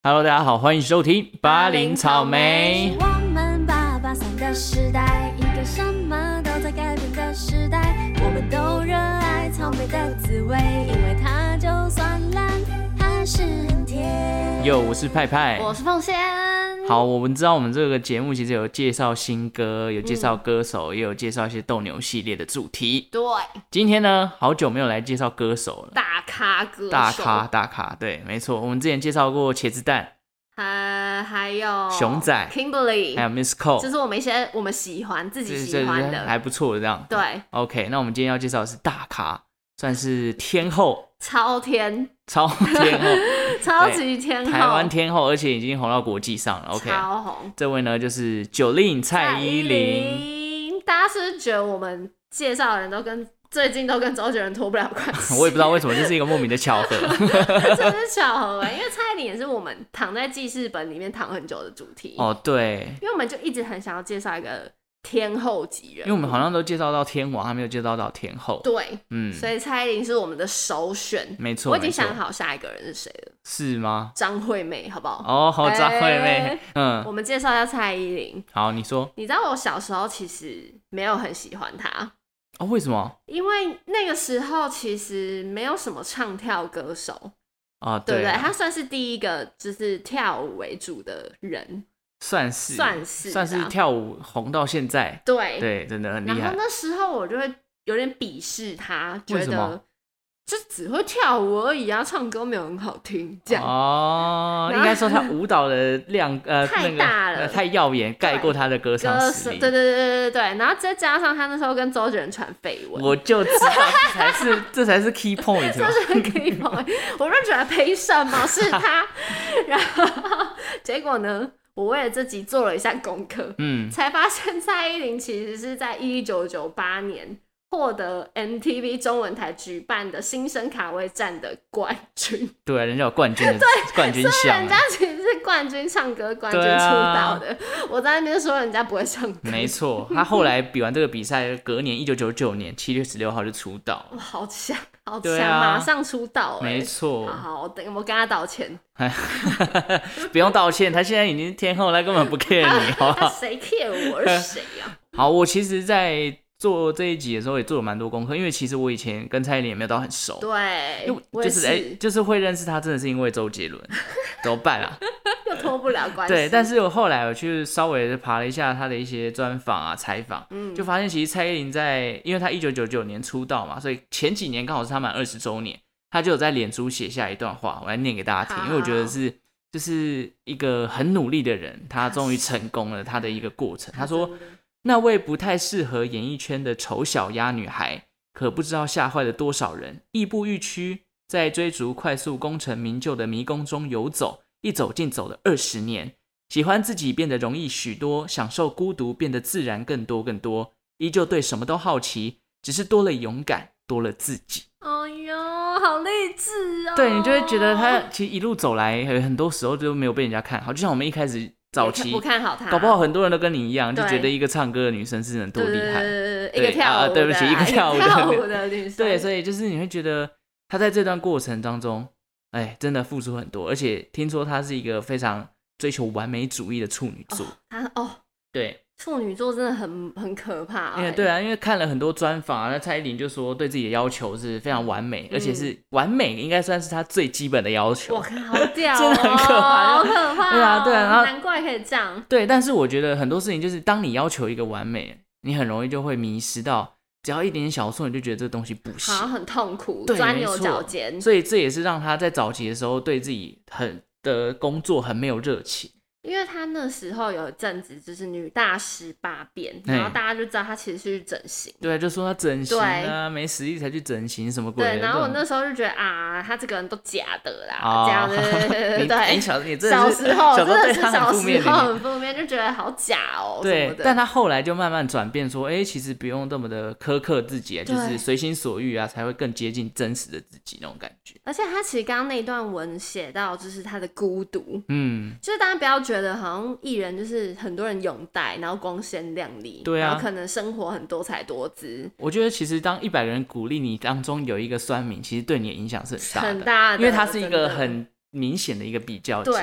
Hello， 大家好，欢迎收听巴林草莓。 是我们883的时代，一个什么都在改变的时代。我们都热爱草莓的滋味，因为它就算烂，还是很甜。 哟，我是派派， 我是凤仙。 好，我们知道我们这个节目其实有介绍新歌，有介绍歌手，也有介绍一些斗牛系列的主题。 对， 今天呢，好久没有来介绍歌手了。 大咖歌手， 大咖，对，没错。我们之前介绍过茄子蛋， 还有熊仔 Kimberly， 还有 Miss Cole， 这是我们一些我们喜欢自己喜欢的， 还不错的这样。 对 ，OK， 那我们今天要介绍的是大咖，算是天后， 超天超天后， 超级天后， 台湾天后，而且已经红到国际上了。OK， 超红。 这位呢就是9令蔡依林。 大家是不是觉得我们介绍的人都最近都跟周杰伦脱不了关系？ 我也不知道为什么，这是一个莫名的巧合。 真是巧合因为蔡依林也是我们躺在记事本里面躺很久的主题。 哦，对， 因为我们就一直很想要介绍一个天后级人， 因为我们好像都介绍到天王，还没有介绍到天后。 对， 嗯， 所以蔡依林是我们的首选。 没错， 我已经想好下一个人是谁了。 是吗？ 张惠妹，好不好？ 哦，好，张惠妹。 我们介绍一下蔡依林。 好，你说。 你知道我小时候其实没有很喜欢她。 哦，为什么？ 因为那个时候其实没有什么唱跳歌手啊， 对不对？他算是第一个就是跳舞为主的人，算是跳舞红到现在。 对， 真的很厉害。 然后那时候我就会有点鄙视他，觉得就只会跳舞而已啊，唱歌没有很好听这样。 哦，应该说他舞蹈的量太大了， 太耀眼，盖过他的歌唱实力。 对，然后再加上他那时候跟周杰伦传绯闻， 我就知道这才是 key point， 这是 key point。我就觉得凭什么是他？然后结果呢？我为了这集做了一下功课，才发现蔡依林其实是在1998年获得 MTV 中文台举办的新生卡位战的冠军。 对，人家有冠军的冠军相， 所以人家其实是冠军唱歌冠军出道的。我在那边说人家不会唱歌， 没错。他后来比完这个比赛，隔年1999年7月16号就出道。 哇，好强！好强，马上出道没错。 好，我跟他道歉。 不用道歉，他现在已经是天后，他根本不 care 你，好不好？ 谁 care 我是谁呀？ 好，我其实，在做这一集的时候也做了蛮多功课，因为其实我以前跟蔡依林也没有到很熟。 对， 就是会认识他，真的是因为周杰伦，怎么办啊？ 又脱不了关系。 对，但是我后来去稍微爬了一下他的一些专访啊、采访，就发现其实蔡依林因为他1999年出道嘛，所以前几年刚好是他满20周年，他就有在脸书写下一段话，我来念给大家听，因为我觉得就是一个很努力的人，他终于成功了他的一个过程。他说，那位不太适合演艺圈的丑小鸭女孩，可不知道吓坏了多少人，亦步亦趋，在追逐快速功成名就的迷宫中游走，一走竟走了20年，喜欢自己变得容易许多，享受孤独变得自然更多，依旧对什么都好奇，只是多了勇敢，多了自己。 哎呦，好励志哦！ 对，你就会觉得他其实一路走来，很多时候就没有被人家看好，就像我们一开始早期不看好他， 搞不好很多人都跟你一样，就觉得一个唱歌的女生是能多厉害， 一个跳舞的， 对不起，一个跳舞的女生。 对，所以就是你会觉得他在这段过程当中，真的付出很多，而且听说他是一个非常追求完美主义的处女座。对。 处女座真的很可怕。 对啊，因为看了很多专访啊，那蔡依林就说对自己的要求是非常完美，而且是完美应该算是他最基本的要求。 我靠，好屌真的很可怕， 好可怕。 对啊，然后难怪可以这样。 对，但是我觉得很多事情就是当你要求一个完美，你很容易就会迷失到，只要一点点小错，你就觉得这个东西不行， 好像很痛苦， 对， 钻牛角尖。 所以这也是让他在早期的时候对自己的工作很没有热情。 因为他那时候有一阵子就是女大18变，然后大家就知道他其实是去整形。 对，就说他整形啊，没实力才去整形什么鬼的。 对，然后我那时候就觉得他这个人都假的啦，这样子。对， 小时候真的是小时候很负面，就觉得好假哦。 对，但他后来就慢慢转变，说，其实不用这么的苛刻自己，就是随心所欲啊，才会更接近真实的自己那种感觉。 而且他其实刚刚那一段文写到，就是他的孤独，就是大家不要觉得好像艺人就是很多人拥戴，然后光鲜亮丽， 对啊， 然后可能生活很多彩多姿。 我觉得其实当100个人鼓励你当中有一个酸民，其实对你的影响是很大的， 很大的， 因为它是一个很明显的一个比较级。 对，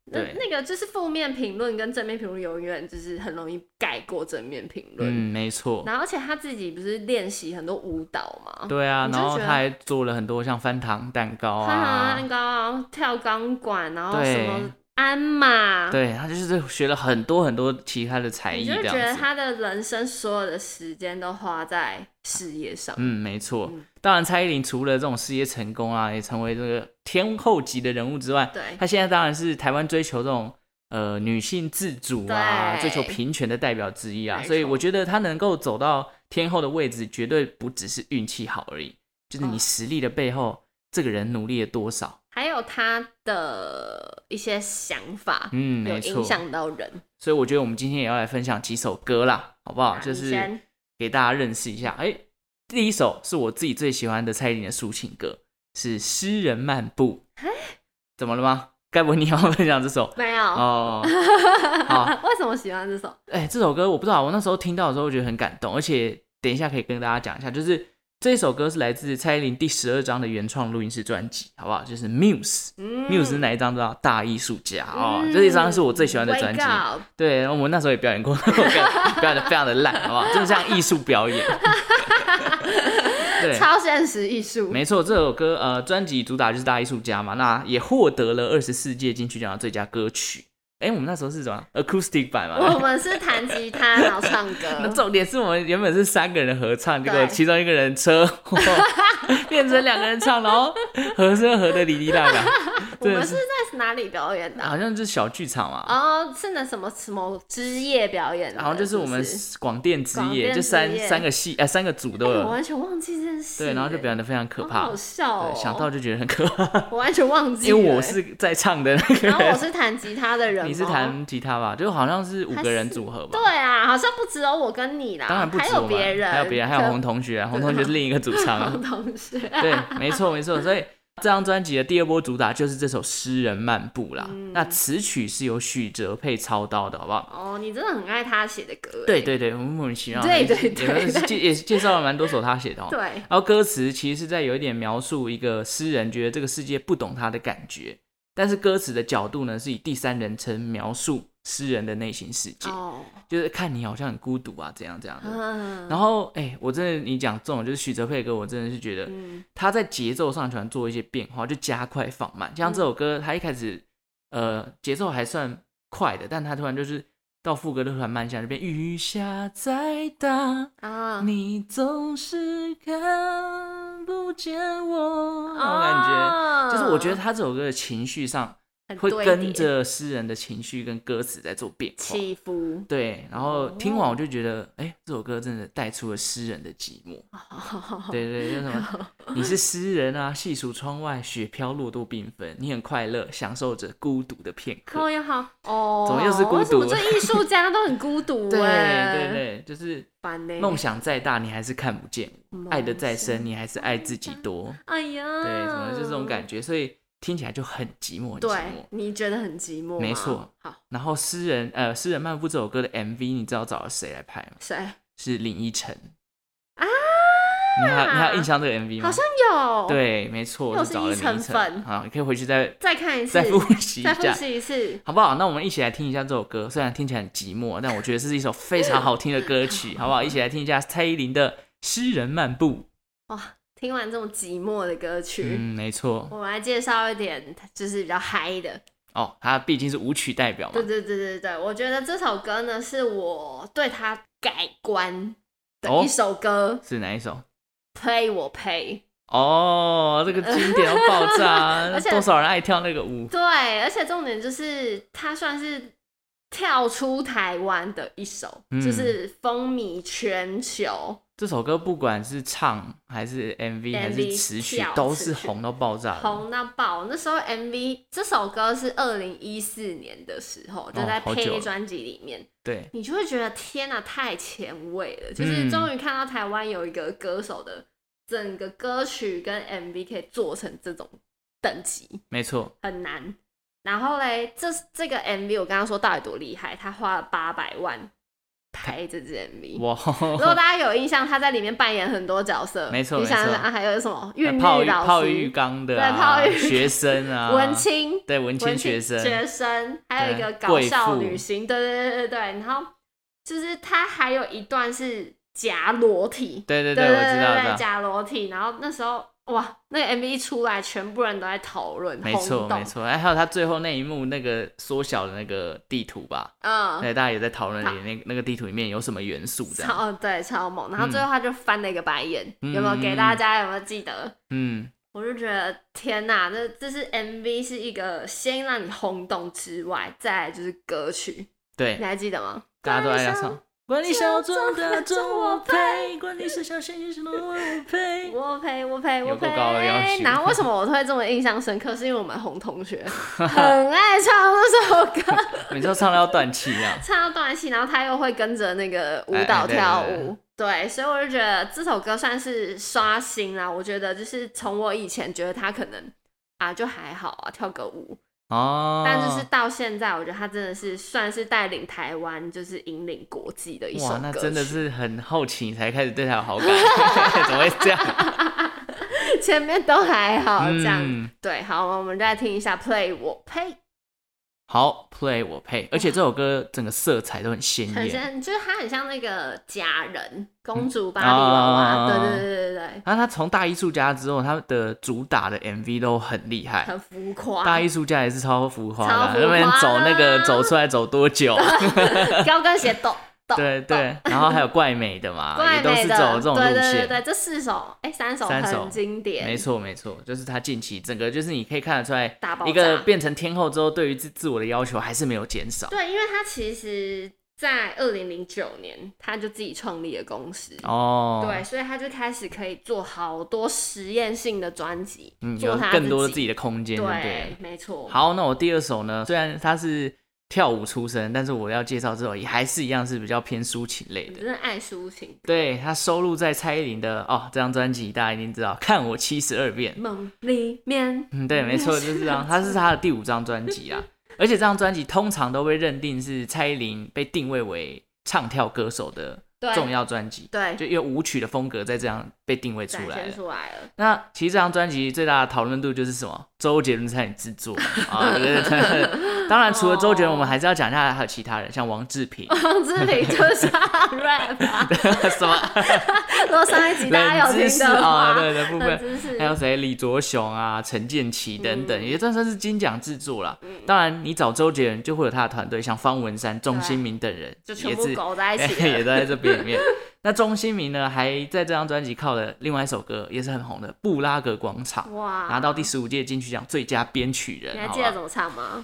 那个就是负面评论跟正面评论永远就是很容易盖过正面评论。 没错。 然后而且他自己不是练习很多舞蹈嘛？ 对啊，然后他还做了很多像翻糖蛋糕啊、 跳钢管，然后什么鞍马。 对，他就是学了很多很多其他的才艺，这样子。 你就觉得他的人生所有的时间都花在事业上。 没错。当然，蔡依林除了这种事业成功啊，也成为这个天后级的人物之外，她现在当然是台湾追求这种女性自主啊，追求平权的代表之一啊。所以我觉得她能够走到天后的位置，绝对不只是运气好而已，就是你实力的背后，这个人努力了多少， 还有他的一些想法，有影响到人。 所以我觉得我们今天也要来分享几首歌啦，好不好？就是给大家认识一下。第一首是我自己最喜欢的蔡依林的抒情歌，是《诗人漫步》。怎么了吗？该不会你要分享这首？ 没有哦。 好，为什么喜欢这首？ 这首歌我不知道，我那时候听到的时候觉得很感动，而且等一下可以跟大家讲一下，就是这首歌是来自蔡依林第12张的原创录音室专辑，好不好？就是 Muse。Muse 是哪一张？知道？大艺术家这一张是我最喜欢的专辑。对，我们那时候也表演过，表演的非常的烂，好不好？真的像艺术表演。对， 超现实艺术。 没错，这首歌专辑主打就是大艺术家嘛，那也获得了24届金曲奖的最佳歌曲。我们那时候是什么 acoustic 版嘛？ 我们是弹吉他然后唱歌。那重点是我们原本是3个人合唱，结果其中一个人车祸变成2个人唱，然后和声合的哩哩啦啦。 我们是在哪里表演的？ 好像是小剧场嘛。 是那什么之夜表演的？ 好像就是我们广电之夜，就三个组都有。 我完全忘记这件事。 对，然后就表演的非常可怕， 好笑想到就觉得很可怕。 我完全忘记了， 因为我是在唱的那个人， 然后我是弹吉他的人。 你是弹吉他吧？就好像是5个人组合吧？ 对啊，好像不只有我跟你啦， 当然不止我们，还有别人，还有洪同学啊，洪同学是另一个主唱啊。 洪同学， 对，没错。所以这张专辑的第2波主打就是这首《诗人漫步》啦。那词曲是由许哲佩操刀的，好不好？ 你真的很爱他写的歌。 对，我们莫名其妙。 对， 也介绍了蛮多首他写的。 对。 然后歌词其实是在有一点描述一个诗人觉得这个世界不懂他的感觉，但是歌词的角度呢是以第3人称描述诗人的内心世界，就是看你好像很孤独啊，这样的。然后我真的你讲这种就是许哲佩的歌，我真的是觉得他在节奏上喜欢做一些变化，就加快放慢。像这首歌，他一开始节奏还算快的，但他突然就是到副歌就突然慢下来，就变雨下再大你总是看不见我，那种感觉就是我觉得他这首歌的情绪上会跟着诗人的情绪跟歌词在做变化起伏。 对，然后听完我就觉得这首歌真的带出了诗人的寂寞。对，就什么你是诗人啊，细数窗外雪飘落多缤纷，你很快乐享受着孤独的片刻。怎么又是孤独？ 为什么这艺术家都很孤独？ 对，就是梦想再大你还是看不见我，爱得再深你还是爱自己多。对，怎么就这种感觉，所以听起来就很寂寞，很寂寞。 对，你觉得很寂寞吗？ 没错。好，然后诗人漫步这首歌的 MV， 你知道找了谁来拍吗？ 谁？ 是林依晨啊！ 你还有印象这个 MV 吗？ 好像有。 对，没错，我是找了林依晨。好，你可以回去再看一次， 再复习一次， 好不好？那我们一起来听一下这首歌，虽然听起来很寂寞，但我觉得这是一首非常好听的歌曲，好不好？一起来听一下蔡依林的《诗人漫步》。 哇！听完这种寂寞的歌曲， 没错， 我们来介绍一点就是比较嗨的。 它毕竟是舞曲代表嘛。 对，我觉得这首歌呢是我对它改观的一首歌。 是哪一首？ Play 我 Pay。 这个经典到爆炸，而且多少人爱跳那个舞。 对，而且重点就是它算是跳出台湾的一首，就是风靡全球。这首歌不管是唱还是 MV 还是词曲都是红到爆炸的， 红到爆。那时候 MV 这首歌是2014年的时候，就在配专辑里面。 对， 你就会觉得天哪，太前卫了！就是终于看到台湾有一个歌手的整个歌曲跟 MV 可以做成这种等级， 没错， 很难。然后嘞，这个 MV 我刚刚说到底多厉害，他花了800万拍这支 MV。 哇！ 如果大家有印象，他在里面扮演很多角色， 没错， 你想想还有什么孕育老师、 泡浴缸的、啊， 对，泡浴学生啊， 文青， 对，文青学生，还有一个搞笑女星，对，然后就是他还有一段是假裸体， 对，我知道， 假裸体，然后那时候。哇，那个 MV 一出来，全部人都在讨论， 没错。还有他最后那一幕那个缩小的那个地图吧，对，大家也在讨论那个地图里面有什么元素这样。 对，超猛。然后最后他就翻了一个白眼，有没有给大家？有没有记得？我就觉得天哪，这是 MV 是一个先让你轰动之外，再来就是歌曲，对，你还记得吗？ 大家都在唱。管你小众大众我配，管你是小仙女是我配， 我配。 有够高的要求。 然后为什么我会这么印象深刻？是因为我们洪同学很爱唱那首歌， 每次都唱到要断气啊， 唱到断气，然后他又会跟着那个舞蹈跳舞，对，所以我就觉得这首歌算是刷新啦。我觉得就是从我以前觉得他可能就还好啊，跳个舞。但就是到现在，我觉得他真的是算是带领台湾，就是引领国际的一首歌曲。 哇，那真的是很后期你才开始对他有好感，怎么会这样？ 前面都还好，这样对。好，我们再听一下《Play 我配》。 好 ，Play 我配，而且这首歌整个色彩都很鲜艳， 就是它很像那个佳人公主芭比娃娃，对。 然后他从大艺术家之后，他的主打的 MV 都很厉害， 很浮夸。 大艺术家也是超浮夸的，那边走出来走多久？ 高跟鞋抖。 对，然后还有怪美的嘛，也都是走这种路线。 对，这三首很经典。 没错，就是他近期整个就是你可以看得出来，一个变成天后之后，对于自我的要求还是没有减少。 对，因为他其实在2009年他就自己创立了公司对，所以他就开始可以做好多实验性的专辑， 有更多的自己的空间。对， 没错。 好，那我第二首呢，虽然他是跳舞出身，但是我要介绍这首也还是一样是比较偏抒情类的。 真的爱抒情。 对，他收录在蔡依林的这张专辑，大家一定知道，《看我72遍》 梦里面。 对，没错，就是这样。它是他的第5张专辑啊，而且这张专辑通常都被认定是蔡依林被定位为唱跳歌手的重要专辑。 对， 就因为舞曲的风格在这样被定位出来了。 展现出来了。 那其实这张专辑最大的讨论度就是什么？周杰伦参与制作啊，当然除了周杰伦，我们还是要讲一下还有其他人，像王志平。 王志平就是rap 啊， 什么？ 如果上一集大家有听的话， 对的部分，还有谁？李卓雄啊、陈建骐等等，也算是金奖制作啦。当然，你找周杰伦就会有他的团队，像方文山、钟兴民等人， 就全部搞在一起， 也都在这边里面。那钟兴民呢，还在这张专辑靠了另外一首歌，也是很红的《布拉格广场》，哇，拿到第15届金曲奖最佳编曲人。 你还记得怎么唱吗？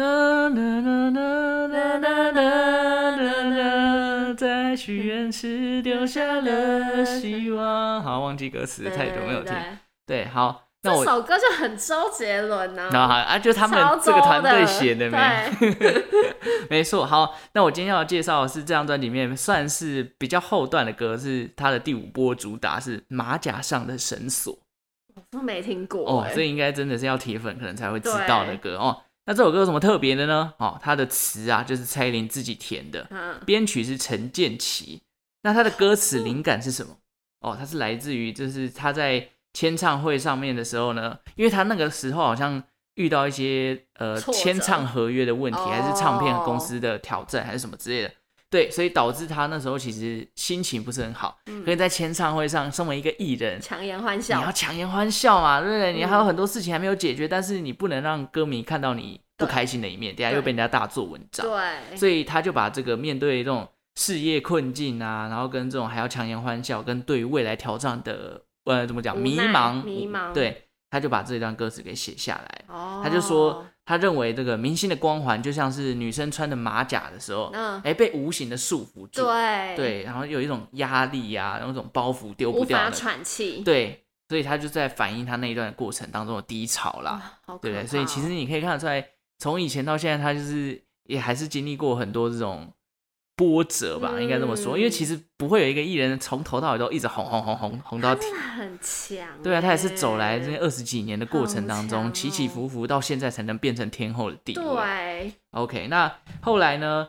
在许愿池丢下了希望。好，忘记歌词，太久没有听。对，好，那这首歌就很周杰伦啊。 好，就他们这个团队写的没错。好，那我今天要介绍的是这张专辑里面算是比较后段的歌，是他的第5波主打，是马甲上的绳索。 我都没听过这应该真的是要铁粉可能才会知道的歌那这首歌有什么特别的呢？它的词啊就是蔡依林自己填的，编曲是陈建骐。那他的歌词灵感是什么？它是来自于就是他在签唱会上面的时候呢，因为他那个时候好像遇到一些签唱合约的问题，还是唱片公司的挑战，还是什么之类的。对，所以导致他那时候其实心情不是很好，可以在签唱会上，身为一个艺人， 强颜欢笑， 你要强颜欢笑嘛，对不对？你还有很多事情还没有解决，但是你不能让歌迷看到你不开心的一面，等下又被人家大做文章。 对， 所以他就把这个面对这种事业困境啊，然后跟这种还要强颜欢笑，跟对于未来挑战的怎么讲迷茫，对，他就把这段歌词给写下来。他就说他认为这个明星的光环就像是女生穿的马甲的时候，被无形的束缚住，对，然后有一种压力啊，然后一种包袱丢不掉的， 无法喘气， 对，所以他就在反映他那一段的过程当中的低潮啦，对不对？所以其实你可以看得出来，从以前到现在，他就是也还是经历过很多这种波折吧，应该这么说，因为其实不会有一个艺人从头到尾都一直红到底， 很强。 对啊，他也是走来这20几年的过程当中，起起伏伏到现在才能变成天后的地位。 对 ，OK， 那后来呢？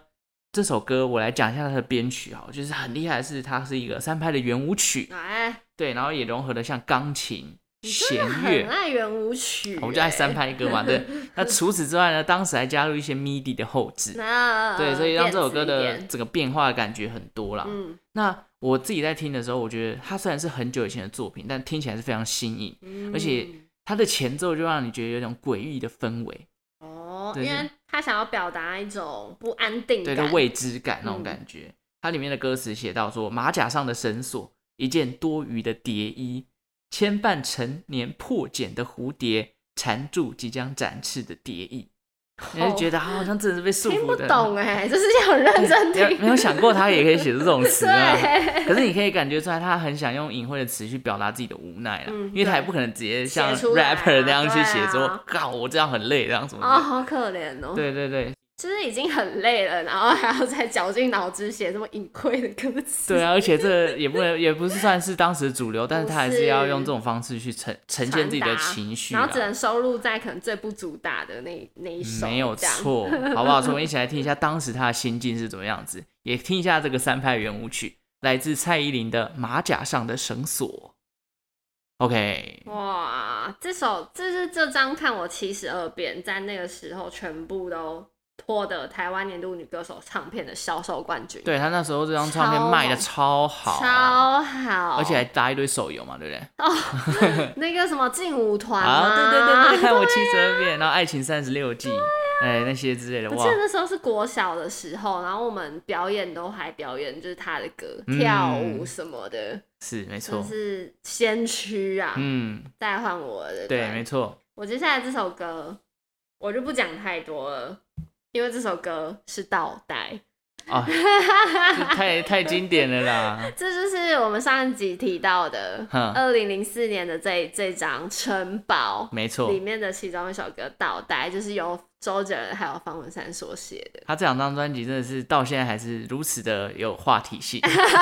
这首歌我来讲一下它的编曲好，就是很厉害的是它是一个3拍的圆舞曲，对，然后也融合了像钢琴、弦乐， 很爱圆舞曲， 我就爱3拍歌嘛，对。那除此之外呢，当时还加入一些 MIDI 的后置，对，所以让这首歌的整个变化的感觉很多啦。那我自己在听的时候，我觉得它虽然是很久以前的作品，但听起来是非常新颖，而且它的前奏就让你觉得有一种诡异的氛围。 因为他想要表达一种不安定感， 对，未知感那种感觉。它里面的歌词写到说，马甲上的绳索，一件多余的蝶衣，牵绊成年破茧的蝴蝶，缠住即将展翅的蝶翼。你就觉得好像真的是被束缚的， 听不懂就是要很认真听。 没有想过他也可以写出这种词啊。可是你可以感觉出来，他很想用隐晦的词去表达自己的无奈啦，因为他也不可能直接像 rapper 那样去写说，我这样很累这样什么的。 好可怜哦。 对对对。 就是已经很累了，然后还要再绞尽脑汁写这么隐晦的歌词。 对啊，而且这也不是算是当时的主流，但是他还是要用这种方式去呈现自己的情绪， 然后只能收录在可能最不主打的那一首。 没有错，好不好？所以我们一起来听一下当时他的心境是怎么样子，也听一下这个3拍圆舞曲，来自蔡依林的《马甲上的绳索》。OK， 哇，这张看我72遍，在那个时候全部都获得台湾年度女歌手唱片的销售冠军。 对，他那时候这张唱片卖的超好， 超好， 而且还搭一堆手游嘛，对不对？ 那个什么劲舞团嘛， 对对对对，看我72遍，然后爱情36季，那些之类的。 我记得那时候是国小的时候，然后我们表演都还表演就是他的歌，跳舞什么的， 是没错， 是先驱啊。再换我的， 对，没错。 我接下来这首歌我就不讲太多了。因为这首歌是倒带太经典了啦！ 这就是我们上一集提到的2004年的这张《城堡》， 没错， 里面的其中一首歌《倒带》就是由周杰伦还有方文山所写的。 他这2张专辑真的是到现在还是如此的有话题性，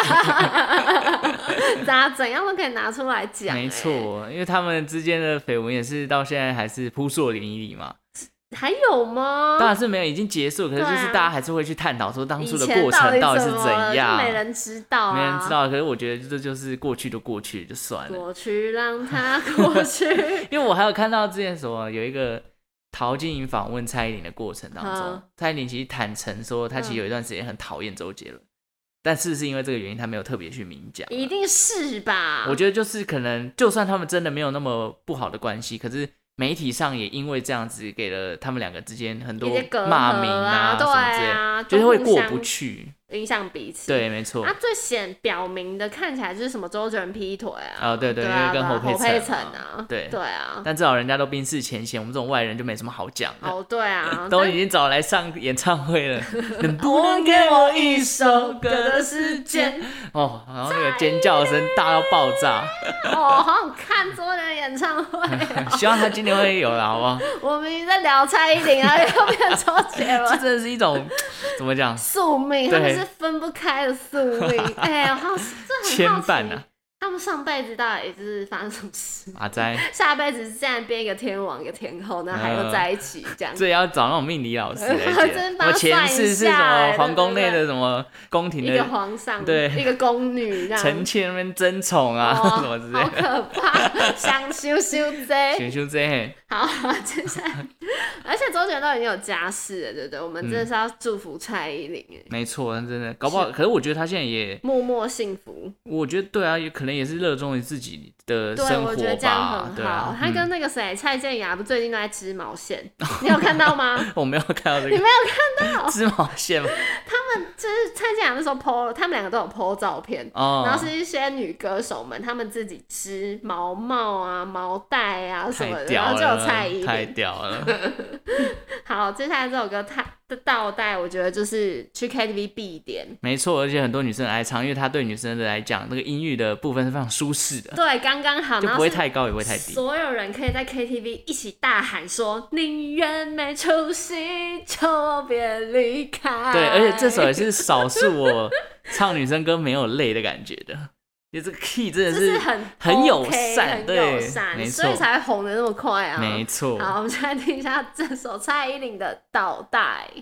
怎样都可以拿出来讲。 没错，因为他们之间的绯闻也是到现在还是扑朔连理嘛。 还有吗？ 当然是没有，已经结束。可是就是大家还是会去探讨说当初的过程到底是怎样， 没人知道没人知道。可是我觉得这就是过去的过去就算了， 过去让它过去。 因为我还有看到之前什么有一个陶晶莹访问蔡依林的过程当中，蔡依林其实坦诚说她其实有一段时间很讨厌周杰伦，但是因为这个原因她没有特别去明讲。 一定是吧？ 我觉得就是可能就算他们真的没有那么不好的关系，可是媒体上也因为这样子给了他们2个之间很多骂名啊什么之类的，就是会过不去， 影响彼此。 对，没错。 最表明的看起来就是什么周杰伦劈腿啊， 对，因为跟侯佩岑啊， 对啊。 但至少人家都冰释前嫌，我们这种外人就没什么好讲的。 对啊， 都已经找来上演唱会了，能不能给我一首歌的时间？然后那个尖叫声大到爆炸。 好想看周杰伦演唱会。 希望他今年会有了，好不好？ 我们已经在聊蔡依林啊，又变周杰伦， 这真的是一种怎么讲？ 宿命，他们是分不开的宿命。这很好奇， 牵绊啊！ 他们上辈子到底是发生什么事？ 阿哉， 下辈子现在变一个天王一个天后，那还要在一起这样？ 这也要找那种命理老师来讲。我前世是什么皇宫内的什么宫廷的一个皇上， 对， 一个宫女这样， 臣妾那边争宠啊什么之类的， 好可怕！想羞这，好，接下来，而且周杰伦都已经有家室了，对不对？我们真的是要祝福蔡依林。 没错，真的搞不好，可是我觉得他现在也默默幸福。 我觉得对啊，也可能也是热衷于自己的生活吧。 对，我觉得这样很好。他跟那个谁蔡健雅不最近都在织毛线，你有看到吗？ 我没有看到这个， 你没有看到织毛线吗？ 他们就是蔡健雅那时候 po， 他们2个都有 po 照片，然后是一些女歌手们，他们自己织毛帽啊、毛带啊什么的，然后就有蔡依林， 太屌了。 好，接下来这首歌的倒带，我觉得就是去 KTV 必点。 没错，而且很多女生爱唱，因为它对女生的来讲，那个音域的部分是非常舒适的， 对，刚刚好， 就不会太高也不会太低。 所有人可以在 KTV 一起大喊说：“宁愿没出息，就别离开。” 对，而且这首也是少数我唱女生歌没有累的感觉的。就这个 key 真的是很友善，对，没错， 所以才红的那么快啊！ 没错。 好，我们再来听一下这首蔡依林的《倒带》。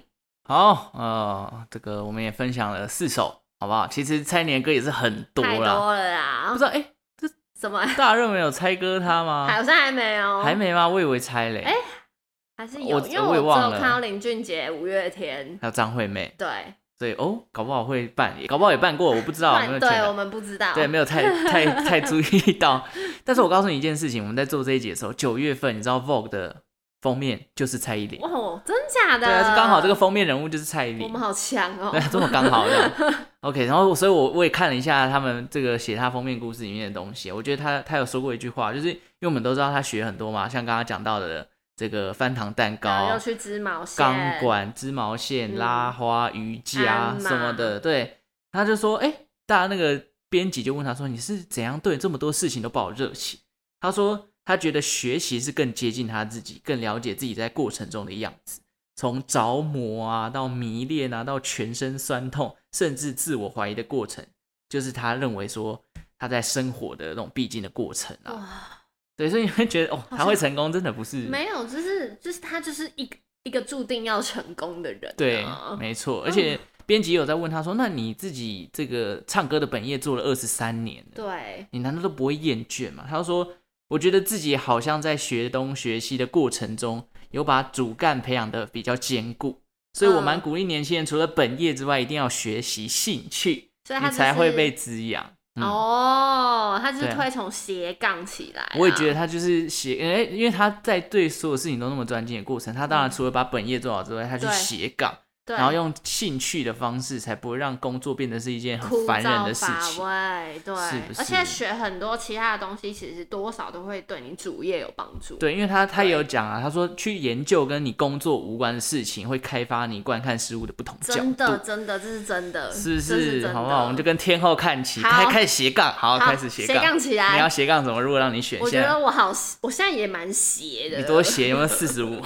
好，这个我们也分享了4首，好不好？其实蔡依林的歌也是很多啦， 太多了啦。 不知道这什么？ 大热门有猜歌他吗？ 好像还没有， 还没吗？我以为猜嘞。 还是有，因为我也忘了。 只有看到林俊杰、五月天， 还有张惠妹。 对。 所以搞不好会办，搞不好也办过，我不知道有没有对，我们不知道， 对，没有太注意到。但是我告诉你一件事情，我们在做这一集的时候，9月份，你知道 Vogue 的封面就是蔡依林。 哦，真假的？ 对啊，就刚好这个封面人物就是蔡依林。 我们好强哦。 对，这么刚好的。OK， 然后所以我也看了一下他们这个写他封面故事里面的东西，我觉得他有说过一句话，就是因为我们都知道他学很多嘛，像刚刚讲到的。这个翻糖蛋糕， 又去织毛线、 钢管、织毛线、拉花、瑜伽什么的，对，他就说，大家那个编辑就问他说，你是怎样对这么多事情都抱有热情？他说，他觉得学习是更接近他自己，更了解自己在过程中的样子，从着魔啊，到迷恋啊，到全身酸痛，甚至自我怀疑的过程，就是他认为说他在生活的那种必经的过程啊。对，所以你会觉得他会成功，真的不是没有，就是他就是一个注定要成功的人。 对，没错。而且编辑有在问他说：“那你自己这个唱歌的本业做了23年了， 对， 你难道都不会厌倦吗？”他说：“我觉得自己好像在学东学西的过程中，有把主干培养的比较坚固，所以我蛮鼓励年轻人，除了本业之外，一定要学习兴趣，你才会被滋养。” 他就是推崇斜杠起来。 我也觉得他就是因为他在对所有事情都那么专精的过程，他当然除了把本业做好之外，他去斜杠，然后用兴趣的方式，才不会让工作变得是一件很烦人的事情。 对，是不是？而且学很多其他的东西，其实多少都会对你主业有帮助。 对，因为他也有讲啊，他说去研究跟你工作无关的事情，会开发你观看事物的不同角度。 真的，这是真的， 是不是？好不好？我们就跟天后看齐，开始斜杠，好，开始斜杠起来。 你要斜杠什么？如果让你选， 我觉得我现在也蛮斜的。 你多斜？有没有45？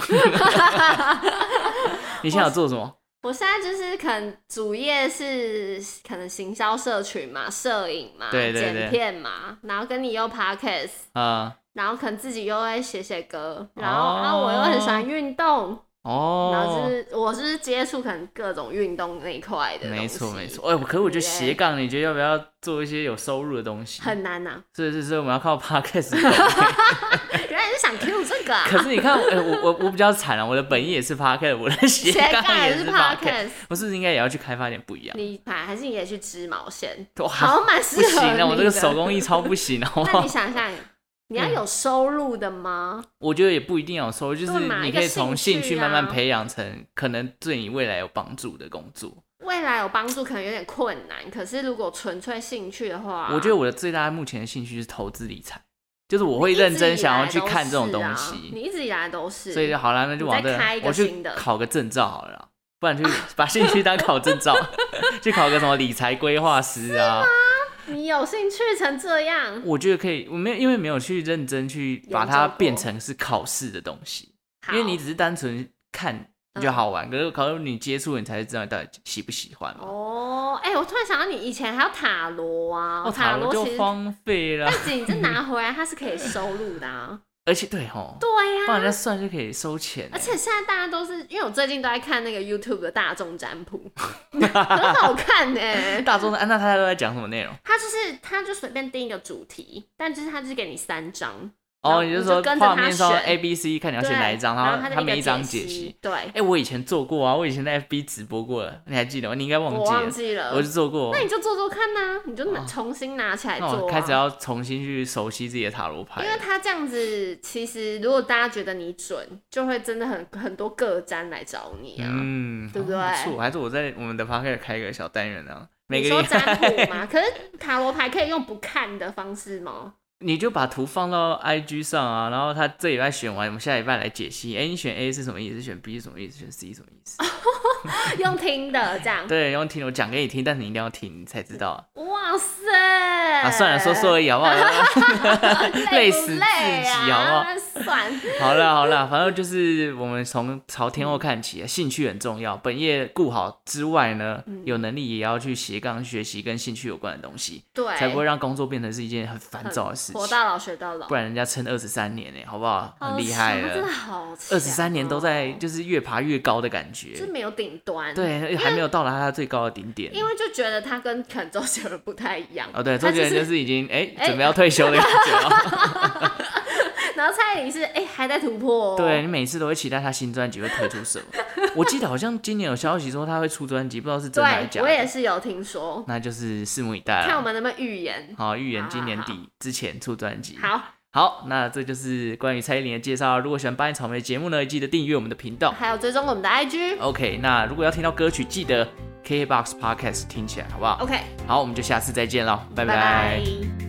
你现在有做什么？ 我现在就是可能主业是可能行销社群嘛，摄影嘛， 对剪片嘛，然后跟你又 podcast，然后可能自己又会写歌，然后我又很喜欢运动，然后我是接触可能各种运动那一块的东西。 没错。可是我觉得斜杠，你觉得要不要做一些有收入的东西？ 很难啊。 是，我们要靠 podcast。 原来你是想 Q 这个啊？ 可是你看，我比较惨啊，我的本业也是 podcast， 我的斜杠也是 podcast， 我是不是应该也要去开发点不一样？ 还是你也去织毛线？ 好像蛮适合你的。 不行啊，我这个手工艺超不行啊。 那你想想，你要有收入的吗？ 我觉得也不一定要有收入，就是你可以从兴趣慢慢培养成可能对你未来有帮助的工作。 未来有帮助可能有点困难，可是如果纯粹兴趣的话， 我觉得我的最大目前的兴趣是投资理财。就是我会认真想要去看这种东西， 你一直以来都是， 所以好了，那就往这，我去考个证照好了啦，不然就把兴趣当考证照，去考个什么理财规划师啊。 你有兴趣成这样？ 我觉得可以，因为没有去认真去把它变成是考试的东西，因为你只是单纯看就好玩，可是你接触你才知道你到底喜不喜欢嘛。 我突然想到你以前还有塔罗啊， 塔罗就荒废了。 但你这拿回来它是可以收入的啊。 而且对呀，帮人家算就可以收钱。 而且现在大家都是，因为我最近都在看那个 YouTube 的大众占卜，很好看大众那他都在讲什么内容？ 他就随便定一个主题，但就是他就是给你3张。 你就说画面上 A、B、C， 看你要选哪一张，然后他每一张解析。 对， 我以前做过啊，我以前在 FB 直播过了，你还记得吗？你应该忘记了。 我忘记了， 我就做过。 那你就做看啊，你就重新拿起来做。 那我开始要重新去熟悉自己的塔罗牌， 因为他这样子，其实如果大家觉得你准，就会真的很多个占来找你啊，对不对？ 不错，还是我在我们的 podcast 开一个小单元啊。 你说占卜吗？可是塔罗牌可以用不看的方式吗？ 你就把图放到 IG 上啊，然后他这礼拜选完，我们下礼拜来解析。你选 A 是什么意思？选 B 是什么意思？选 C 是什么意思？ 用听的这样。 对，用听的，我讲给你听，但是你一定要听，你才知道。 哇塞！ 算了，说而已好不好？累死自己好不好？ 算。 好啦，反正就是我们从朝天后看起，兴趣很重要，本业顾好之外呢，有能力也要去斜杠学习跟兴趣有关的东西， 对， 才不会让工作变成是一件很烦躁的事情。 活到老学到老， 不然人家撑23年好不好？很厉害了， 真的好强 ，23年都在就是越爬越高的感觉， 就是没有顶端， 对，还没有到达他最高的顶点。 因为就觉得他跟可能周杰伦不太一样。 对，周杰伦就是已经准备要退休的感觉了。 然后蔡依林是还在突破对，你每次都会期待他新专辑会推出什么。我记得好像今年有消息说他会出专辑，不知道是真的还是假的。 我也是有听说， 那就是拭目以待了， 看我们能不能预言。 好，预言今年底之前出专辑。 好， 那这就是关于蔡依林的介绍。如果喜欢八音草莓的节目呢，记得订阅我们的频道， 还有追踪我们的 IG。 OK， 那如果要听到歌曲，记得 KKBOX Podcast 听起来，好不好 ？OK， 好，我们就下次再见了，拜拜拜。